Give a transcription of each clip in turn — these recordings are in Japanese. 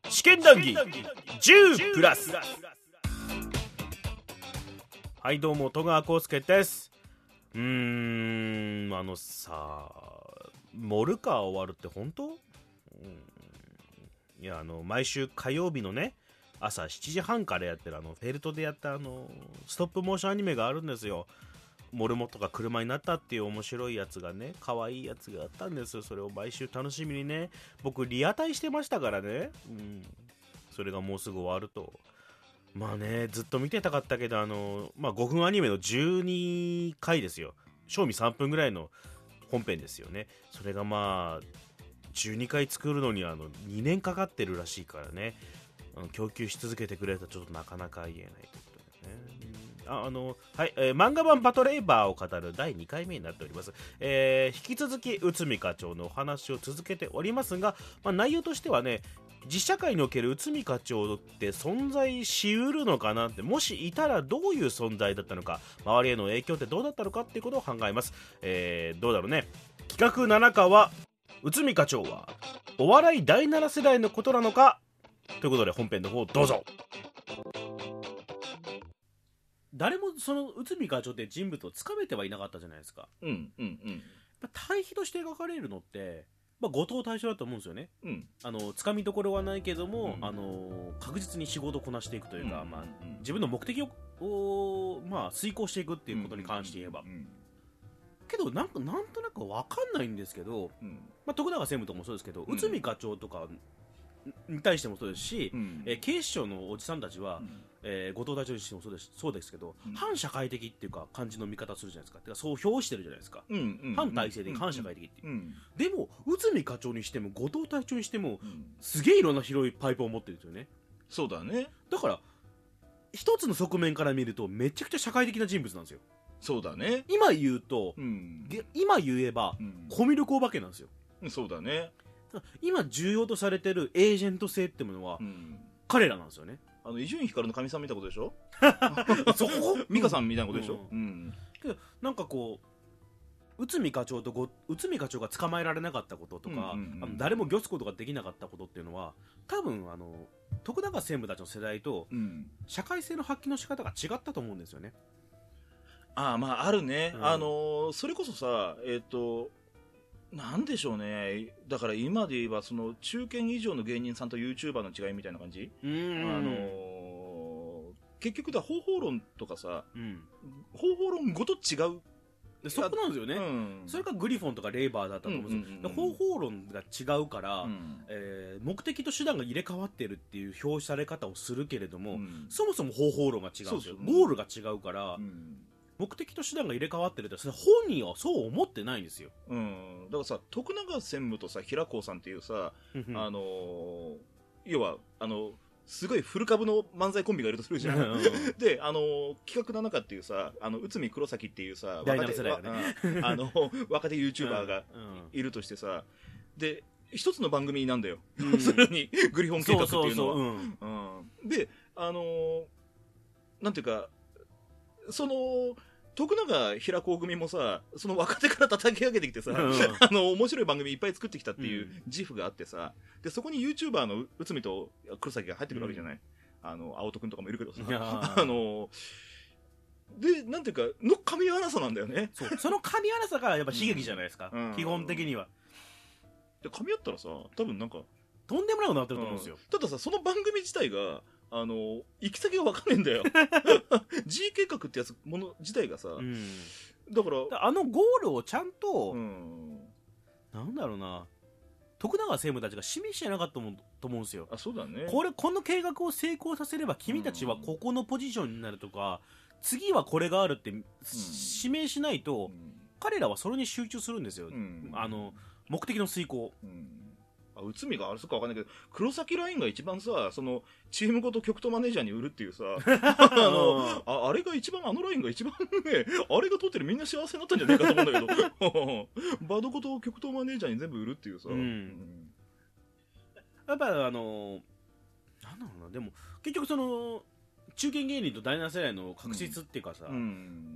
試験談義10プラス。はいどうも戸川浩介です。モルカー終わるって本当？いや毎週火曜日のね朝7時半からやってるフェルトでやったストップモーションアニメがあるんですよ。モルモットが車になったっていう面白いやつがね、可愛いやつがあったんですよ。それを毎週楽しみにね、僕リアタイしてましたからね。それがもうすぐ終わると、まあね、ずっと見てたかったけど5分アニメの12回ですよ。賞味3分ぐらいの本編ですよね。それがまあ12回作るのに2年かかってるらしいからね。供給し続けてくれたらちょっとなかなか言えないということでね。漫画版バトレイバーを語る第2回目になっております。引き続き内海課長のお話を続けておりますが、内容としてはね、実社会における内海課長って存在しうるのかなって、もしいたらどういう存在だったのか、周りへの影響ってどうだったのかっていうことを考えます。どうだろうね。企画7課は内海課長はお笑い第7世代のことなのかということで、本編の方どうぞ。誰もその内海課長って人物をつかめてはいなかったじゃないですか。対比として描かれるのって、後藤大将だと思うんですよね。つかみどころはないけども、確実に仕事をこなしていくというか、自分の目的を遂行していくっていうことに関して言えば、けどなんとなく分かんないんですけど、徳永専務とかもそうですけど、内海課長とかに対してもそうですし、警視庁のおじさんたちは、後藤大将にしてもそうですけど、反社会的っていうか感じの見方するじゃないですか。てかそう評してるじゃないですか。反体制的、反社会的っていう、でも内海課長にしても後藤隊長にしても、すげえいろんな広いパイプを持ってるんですよね。 そうだね。 だから一つの側面から見るとめちゃくちゃ社会的な人物なんですよ。 そうだね。 今言うと、今言えば、コミュ力お化けなんですよ。 そうだね。 今重要とされてるエージェント性ってものは、彼らなんですよね。 伊集院光のかみさん見たことでしょそこ美香さんみたいなことでしょ。 けどなんかこう内海課長が捕まえられなかったこととか、誰も御すことができなかったことっていうのは、多分徳永専務たちの世代と、社会性の発揮の仕方が違ったと思うんですよね。 あるね。それこそさ、なんでしょうね。だから今で言えばその中堅以上の芸人さんと YouTuber の違いみたいな感じ。結局だ、方法論とかさ、方法論ごと違う。 そこなんですよね。それがグリフォンとかレイバーだったと思うんですよ。方法論が違うから、目的と手段が入れ替わってるっていう表示され方をするけれども、そもそも方法論が違うんですよ。ゴールが違うから、目的と手段が入れ替わってるって、それ本人はそう思ってないんですよ。 だからさ、徳永専務とさ、平子さんっていうさ、要はすごいフル株の漫才コンビがいるとするじゃん。で、企画7課っていうさ、内海黒崎っていうさ、 第7世代がね、 若手 YouTuber がいるとしてさ、で、一つの番組なんだよ。要するに、グリフォン計画っていうのは。で、なんていうか、徳永平子組もさ、その若手から叩き上げてきてさ、面白い番組いっぱい作ってきたっていう自負があってさ、で、そこに YouTuber の内海と黒崎が入ってくるわけじゃない。青戸くんとかもいるけどさ、で、なんていうか、の噛み合わなさなんだよね。 その噛み合わなさがやっぱ悲劇じゃないですか、基本的には。 で、噛み合ったらさ、多分なんか、 とんでもないことになってると思うんですよ。 たださ、その番組自体が、行き先が分かんねえんだよ。G 計画ってもの自体がさ、だからゴールをちゃんと、なんだろうな、徳永専務たちが示してなかったと思うんですよ。 そうだね。 この計画を成功させれば君たちはここのポジションになるとか、次はこれがあるって指名しないと、彼らはそれに集中するんですよ。目的の遂行。 内海があれそっか分かんないけど、黒崎ラインが一番さ、そのチームごと局とマネージャーに売るっていうさ、あれが一番、ラインが一番ね、あれが取ってるみんな幸せになったんじゃないかと思うんだけど、バドごと局とマネージャーに全部売るっていうさ、 やっぱなんだろうな、でも結局その中堅芸人と第7世代の確執っていうかさ、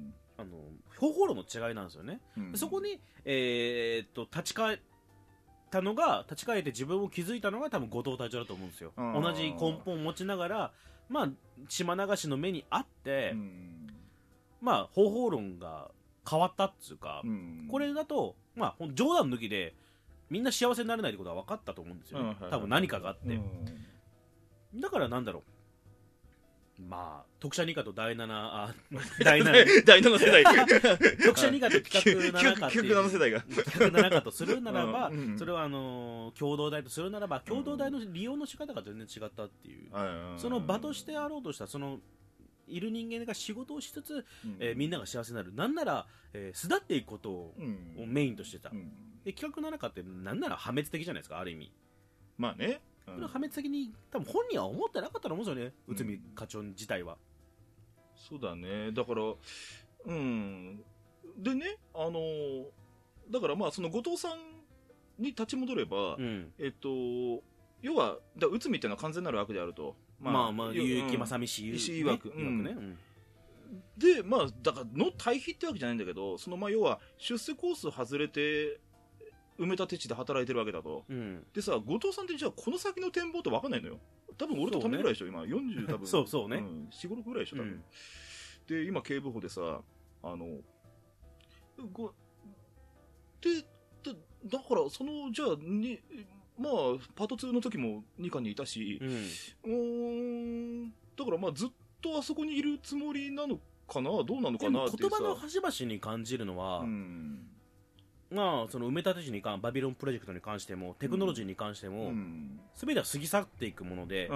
方法論の違いなんですよね。そこに立たのが、立ち返って自分を気づいたのが多分後藤隊長だと思うんですよ。同じ根本を持ちながら、まあ、島流しの目にあって、まあ、方法論が変わったっつうか、これだと、まあ、冗談抜きでみんな幸せになれないってことは分かったと思うんですよね、多分何かがあって、だからなんだろう、まあ、特殊二課と第7 世代特殊二課と企画7課っていう企画7世代が企画7課とするならば、それは共同体とするならば、共同体の利用の仕方が全然違ったっていう、その場としてあろうとしたそのいる人間が仕事をしつつ、みんなが幸せになる、なんなら、巣立っていくことをメインとしてた、で企画7課ってなんなら破滅的じゃないですか、ある意味。 まあね、 破滅的に多分本人は思ってなかったと思うんですよね、内海課長自体は。 そうだね、だからでね、だからまあその後藤さんに立ち戻れば、要は内海っていうのは完全なる悪であると、 まあ結城正美氏曰くね、でまあだからの対比ってわけじゃないんだけど、そのまあ要は出世コース外れて埋め立て地で働いてるわけだと、でさ、後藤さんってじゃあこの先の展望って分かんないのよ。多分俺とためぐらいでしょ、今40多分そうね、 4、5、6ぐらいでしょ多分、で今警部補でさ、だからそのじゃあにまあパート2の時も2課にいたし、だからまあずっとあそこにいるつもりなのかな、どうなのかなっていうさ、 言葉の端々に感じるのは、まあ、その埋め立て地にバビロンプロジェクトに関してもテクノロジーに関しても、全ては過ぎ去っていくもので、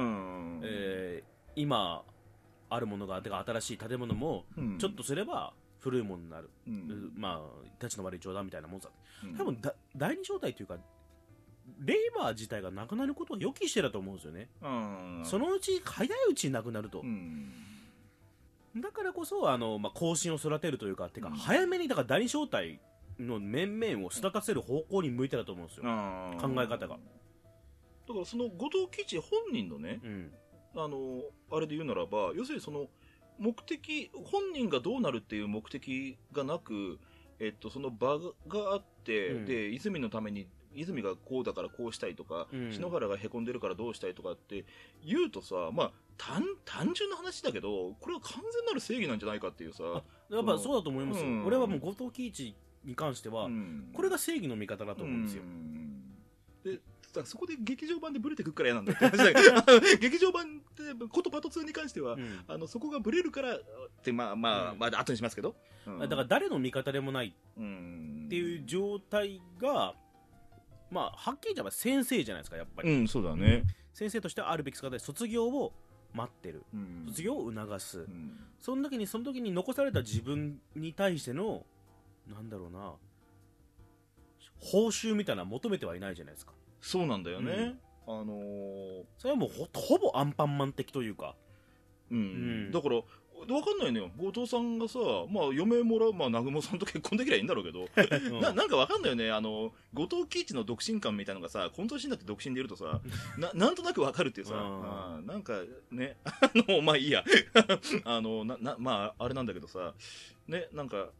今あるものが新しい建物もちょっとすれば古いものになる、まあ立ちの悪い冗談みたいなもんさ、多分第二状態というかレイバー自体がなくなることは予期してたと思うんですよね、そのうち早いうちになくなると、だからこそまあ、後進を育てるというか、早めにだから第二状態の面々を巣立たせる方向に向いてたと思うんですよ、考え方が。だからその後藤喜一本人のね、あれで言うならば、要するにその目的、本人がどうなるっていう目的がなく、その場があって、で泉のために泉がこうだからこうしたいとか、篠原がへこんでるからどうしたいとかって言うとさ、まあ単純な話だけど、これは完全なる正義なんじゃないかっていうさ、 やっぱそうだと思いますよ、俺はもう後藤喜一に関しては、これが正義の味方だと思うんですよ、 でそこで劇場版でブレてくっから嫌なんだって話だけど劇場版ってことパート2に関しては、そこがブレるからってまあ後にしますけど、 だから誰の味方でもないっていう状態が、まあはっきり言えば先生じゃないですか、やっぱり、 そうだね、 先生としてあるべき姿で卒業を待ってる、卒業を促す、その時に残された自分に対してのなんだろうな、報酬みたいなの求めてはいないじゃないですか。 そうなんだよね、 それはもうほぼアンパンマン的というか、 だから分かんないのよ、後藤さんがさ、まあ嫁もらう、まあ南雲さんと結婚できりゃいいんだろうけどなんか分かんないよね、後藤喜一の独身感みたいなのがさ、この年になって独身でいるとさなんとなく分かるっていうさ、なんかねまあいいやまああれなんだけどさね、なんか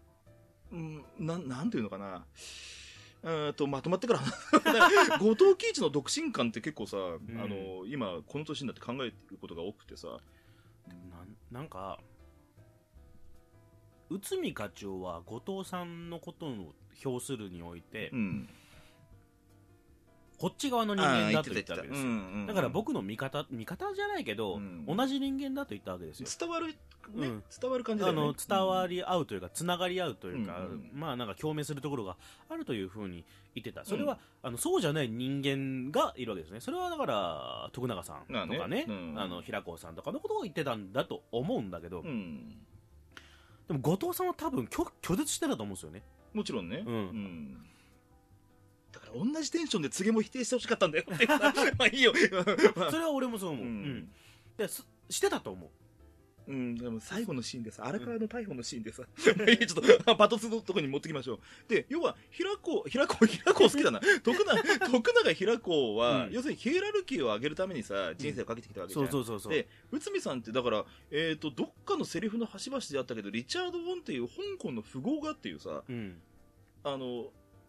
なんていうのかな、まとまってから後藤喜一の独身感って結構さ、今この年になって考えてることが多くてさ、 なんか内海課長は後藤さんのことを評するにおいて、こっち側の人間だと言ったわけですよ。だから僕の味方じゃないけど、同じ人間だと言ったわけですよ。 伝わる感じだよね。 伝わり合うというか、つながり合うというか、まあなんか共鳴するところがあるというふうに言ってた。それは、そうじゃない人間がいるわけですね。それはだから徳永さんとかね、平子さんとかのことを言ってたんだと思うんだけど、でも後藤さんは多分拒絶してたと思うんですよね。 もちろんね。だから同じテンションで告げも否定してほしかったんだよってまあいいよそれは俺もそう思う、でしてたと思う。 でも最後のシーンでさ、荒川の逮捕のシーンでさちょっとパトスのとこに持ってきましょう。で要は平子好きだな徳永平子は、要するにヒエラルキーを上げるためにさ人生をかけてきたわけじゃん。 そうで内海さんってだからどっかのセリフの端々であったけど、リチャード・ウォンっていう香港の富豪がっていうさ、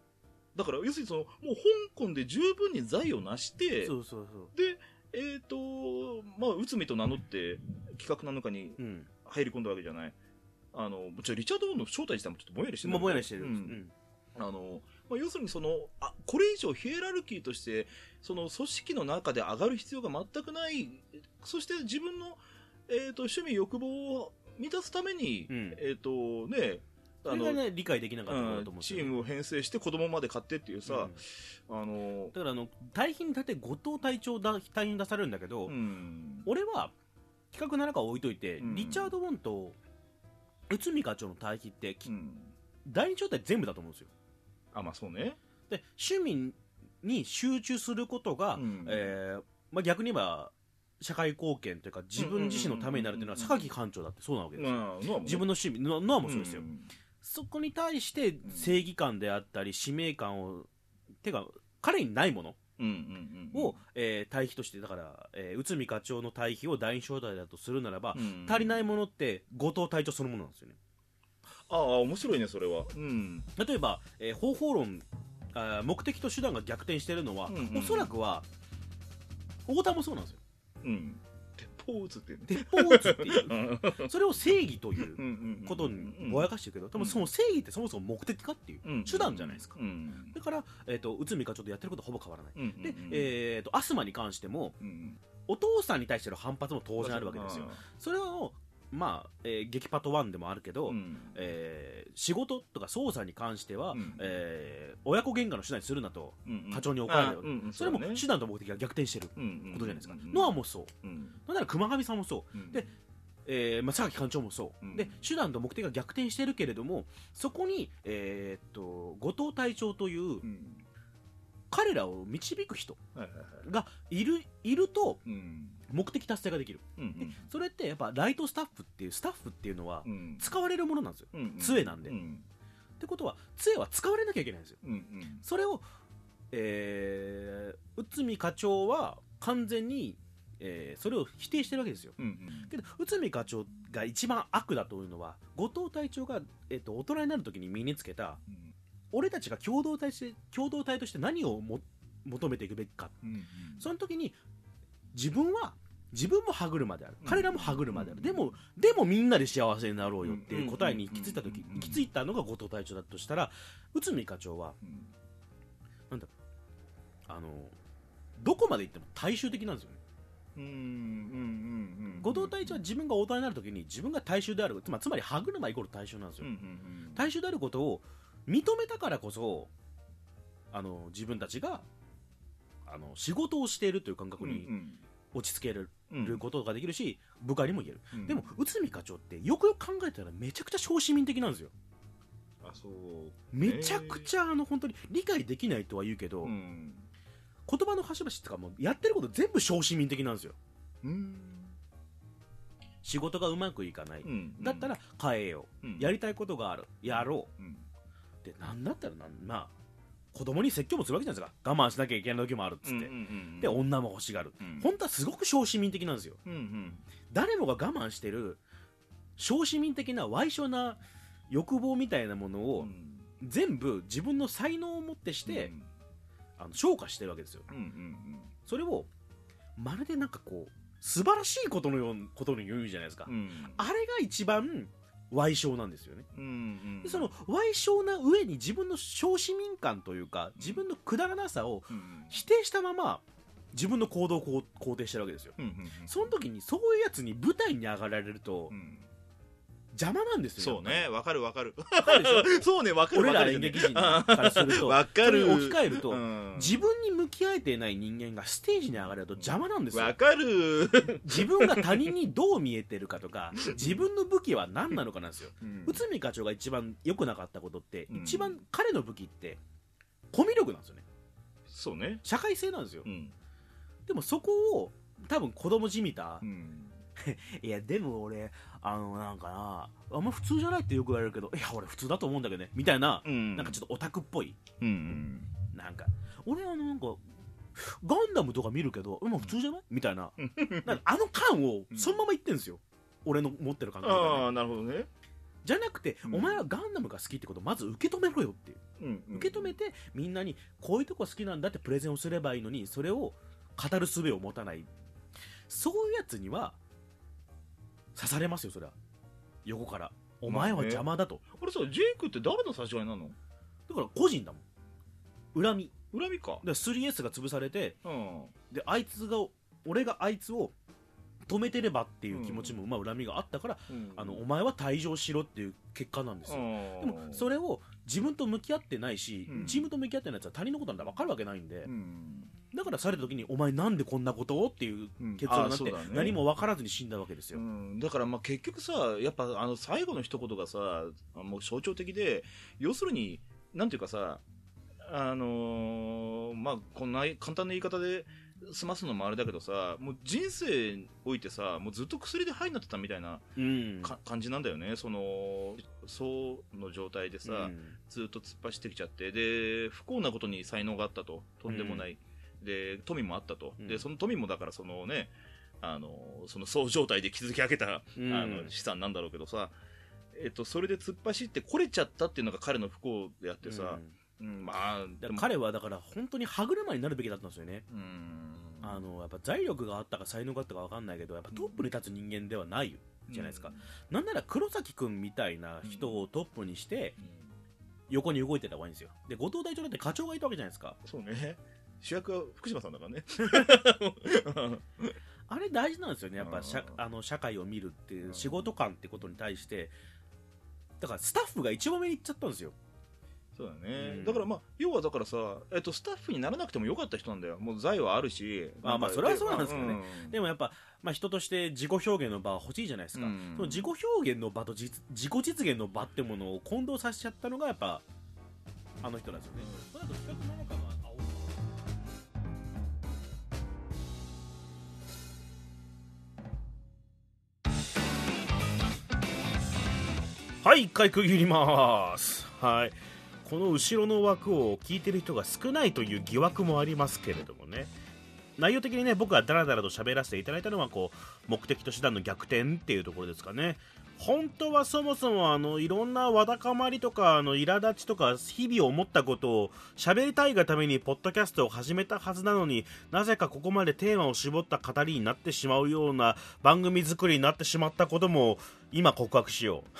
だから要するにそのもう香港で十分に財を成してそうそうそうでまあ内海と名乗って企画7日にうん入り込んだわけじゃない。リチャード・ウォンの正体自体もちょっとぼんやりしてるんだけど、 ぼんやりしてる、 まあ、要するにこれ以上ヒエラルキーとしてその組織の中で上がる必要が全くない。そして自分の、趣味欲望を満たすために、 それがね理解できなかったなと思って、 チームを編成して子供まで買ってっていうさ、 だから隊費に立て後藤隊長隊員出されるんだけど、俺は企画7日置いといて、リチャード・ウォンと内海課長の隊費って、第二状態全部だと思うんですよ。 あ、まあそうね。 で趣味に集中することが、まあ、逆に言えば社会貢献というか自分自身のためになるというのは榊艦長だってそうなわけですよ、自分の趣味ノアもそうですよ、そこに対して正義感であったり使命感をてか彼にないものを対比として、だから、内海課長の対比を第二小隊だとするならば、足りないものって後藤隊長そのものなんですよね。 ああ面白いねそれは、 例えば、方法論目的と手段が逆転しているのは、おそらくは太田もそうなんですよ、 鉄砲撃つっていうね、 鉄砲を撃つっていうそれを正義ということにぼやかしてるけど、多分その正義ってそもそも目的かっていう手段じゃないですか、だから、内海課長とやってることはほぼ変わらない、で、アスマに関しても、お父さんに対しての反発も当然あるわけですよ。それをまあ激パト1でもあるけど、仕事とか捜査に関しては、親子喧嘩の手段にするなと課長に怒られる、それも手段と目的が逆転してることじゃないですか。ノアもそう、なんなら熊上さんもそう、で、榊艦長もそう、で手段と目的が逆転してるけれども、そこに、後藤隊長という、彼らを導く人がいると目的達成ができる、でそれってやっぱライトスタッフっていうのは使われるものなんですよ、杖なんで、ってことは杖は使われなきゃいけないんですよ、それを、内海課長は完全に、それを否定してるわけですよ、けど内海課長が一番悪だというのは後藤隊長が、大人になるときに身につけた、俺たちが共同体として何を求めていくべきか、その時に自分も歯車である、彼らも歯車である、でもみんなで幸せになろうよっていう答えに行き着いたのが後藤隊長だとしたら、内海課長は、なんだどこまで行っても大衆的なんですよね。後藤隊長は自分が大人になるときに自分が大衆である、つまり歯車イコール大衆なんですよ、大衆であることを認めたからこそ自分たちが仕事をしているという感覚に落ち着けることができるし、部下にも言える、でも内海課長ってよくよく考えたらめちゃくちゃ小市民的なんですよ。めちゃくちゃ本当に理解できないとは言うけど、言葉の端々とかもやってること全部小市民的なんですよ。仕事がうまくいかない、だったら変えよう、やりたいことがある、やろう、でなんだったらまあ子供に説教もするわけじゃないですか。我慢しなきゃいけない時もあるっつって、で女も欲しがる、本当はすごく小市民的なんですよ、誰もが我慢してる小市民的な歪小な欲望みたいなものを、全部自分の才能をもってして、昇華してるわけですよ、それをまるでなんかこう素晴らしいことのように言うじゃないですか、あれが一番歪小なんですよね、でその歪小な上に自分の小市民感というか自分のくだらなさを否定したまま自分の行動を肯定してるわけですよ、その時にそういうやつに舞台に上がられると、邪魔なんですよ。 そうね、わかるそうね、わかる。俺ら演劇人からするとわかる。 それに置き換えると、自分に向き合えていない人間がステージに上がると邪魔なんですよ。 わかる。 自分が他人にどう見えてるかとか自分の武器は何なのかなんですよ、内海課長が一番良くなかったことって、一番彼の武器ってコミュ力なんですよね。 そうね、 社会性なんですよ、でもそこを多分子供じみた、いやでも俺なんかなあんま普通じゃないってよく言われるけど、いや俺普通だと思うんだけどねみたいな、なんかちょっとオタクっぽい、なんか俺なんかガンダムとか見るけど普通じゃないみたいな、なんか感をそのまま言ってるんですよ、俺の持ってる感覚が、 なるほどね。 じゃなくて、お前はガンダムが好きってことをまず受け止めろよっていう、受け止めてみんなにこういうとこ好きなんだってプレゼンをすればいいのに、それを語る術を持たない、そういうやつには刺されますよ。それは横からお前は邪魔だと。 あれさ、ジェイクって誰の差し金なの？ だから個人だもん。恨みか。 で 3S が潰されて、 うん、 で俺があいつを止めてればっていう気持ちも、まあ恨みがあったから、お前は退場しろっていう結果なんですよ。でもそれを自分と向き合ってないし、チームと向き合ってないやつは他人のことなんて分かるわけないんで、だからされた時にお前なんでこんなことをっていう結論になって、何も分からずに死んだわけですよ。 だからまあ結局さ、やっぱ最後の一言がさ、もう象徴的で、要するになんていうかさ、まあこんな簡単な言い方で済ますのもあれだけどさ、もう人生においてさ、もうずっと薬でハイになってたみたいな、感じなんだよね。そうの状態でさ、ずっと突っ走ってきちゃって、で不幸なことに才能があったと、とんでもない、で富もあったと、でその富もだからそのね、そのそう状態で築き上げた、資産なんだろうけどさ、それで突っ走ってこれちゃったっていうのが彼の不幸であってさ、まあ、 彼はだから本当に歯車になるべきだったんですよね。やっぱ財力があったか才能があったか分かんないけど、やっぱトップに立つ人間ではないじゃないですか。なんなら黒崎君みたいな人をトップにして横に動いてた方がいいんですよ。で後藤隊長だって課長がいたわけじゃないですか。 そうね、主役は福島さんだからねあれ大事なんですよね。やっぱ社会を見るっていう仕事感ってことに対して、だからスタッフが一番目に行っちゃったんですよ。 そうだね、だからまあ要はだからさ、スタッフにならなくてもよかった人なんだよ。もう財はあるし、 まあそれはそうなんですけどね、でもやっぱ、まあ、人として自己表現の場は欲しいじゃないですか、その自己表現の場と自己実現の場ってものを混同させちゃったのがやっぱあの人なんですよね。その後企画なのかな。はい、一回区切ります。はい、この後ろの枠を聞いてる人が少ないという疑惑もありますけれどもね、内容的にね、僕がダラダラと喋らせていただいたのはこう目的と手段の逆転っていうところですかね。本当はそもそもいろんなわだかまりとか苛立ちとか日々思ったことを喋りたいがためにポッドキャストを始めたはずなのに、なぜかここまでテーマを絞った語りになってしまうような番組作りになってしまったことも今告白しよう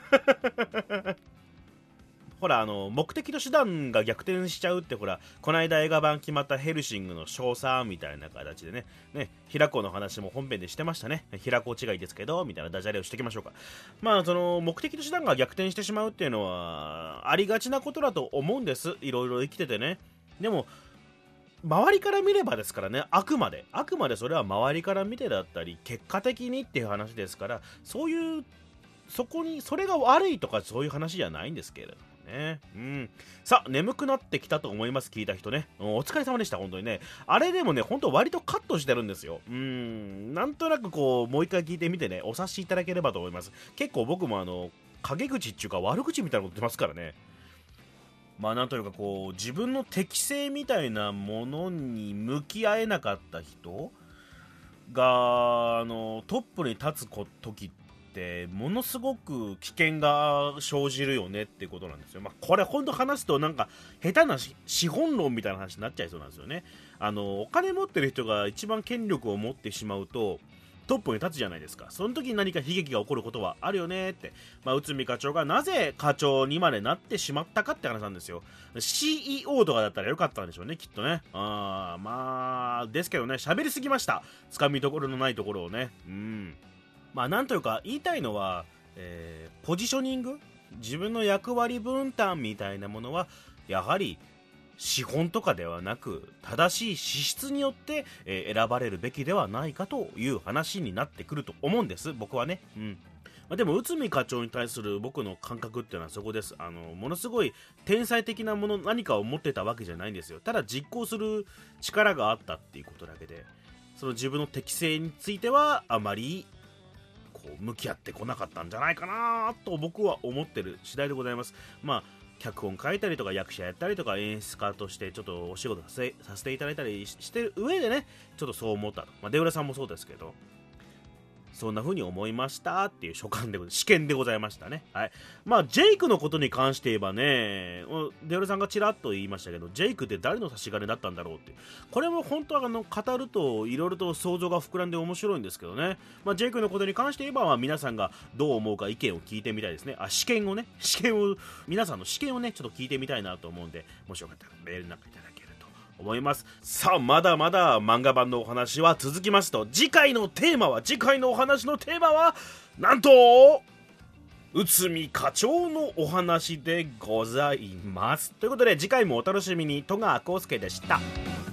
ほら目的と手段が逆転しちゃうって、ほらこの間映画版決まったヘルシングの賞賛みたいな形でね平子の話も本編でしてましたね。平子違いですけどみたいなダジャレをしていきましょうか。まあその目的と手段が逆転してしまうっていうのはありがちなことだと思うんです。いろいろ生きててね。でも周りから見ればですからね、あくまでそれは周りから見てだったり結果的にっていう話ですから、それが悪いとかそういう話じゃないんですけれどね。さあ眠くなってきたと思います。聞いた人ね、お疲れ様でした。本当にね、あれでもね、本当割とカットしてるんですよ。なんとなくこうもう一回聞いてみてね、お察しいただければと思います。結構僕も陰口っていうか悪口みたいなこと言ってますからね。まあなんというかこう自分の適性みたいなものに向き合えなかった人がトップに立つ時ってものすごく危険が生じるよねってことなんですよ。これ本当話すとなんか下手な資本論みたいな話になっちゃいそうなんですよね。お金持ってる人が一番権力を持ってしまうとトップに立つじゃないですか。その時に何か悲劇が起こることはあるよねって、内海課長がなぜ課長にまでなってしまったかって話なんですよ。 CEO とかだったらよかったんでしょうね、きっとね。ですけどね、喋りすぎました。つかみどころのないところをね。なんというか言いたいのは、ポジショニング、自分の役割分担みたいなものはやはり資本とかではなく正しい資質によって、選ばれるべきではないかという話になってくると思うんです、僕はね。でも内海課長に対する僕の感覚っていうのはそこです。ものすごい天才的なもの何かを持ってたわけじゃないんですよ。ただ実行する力があったっていうことだけで、その自分の適性についてはあまりこう向き合ってこなかったんじゃないかなと僕は思ってる次第でございます。脚本書いたりとか役者やったりとか演出家としてちょっとお仕事させていただいたりしてる上でね、ちょっとそう思ったと。出浦さんもそうですけど、 そんな風に思いましたっていう試験でございましたね。はい。まあジェイクのことに関して言えばね、デオルさんがちらっと言いましたけど、ジェイクって誰の差し金だったんだろうって、これも本当は語るといろいろと想像が膨らんで面白いんですけどね。まあジェイクのことに関して言えば、皆さんがどう思うか意見を聞いてみたいですね。皆さんの試験をねちょっと聞いてみたいなと思うんで、もしよかったらメールなんかいただけると思います。さあ、まだまだ漫画版のお話は続きますと、次回のお話のテーマはなんと内海課長のお話でございます。ということで次回もお楽しみに。戸川浩介でした。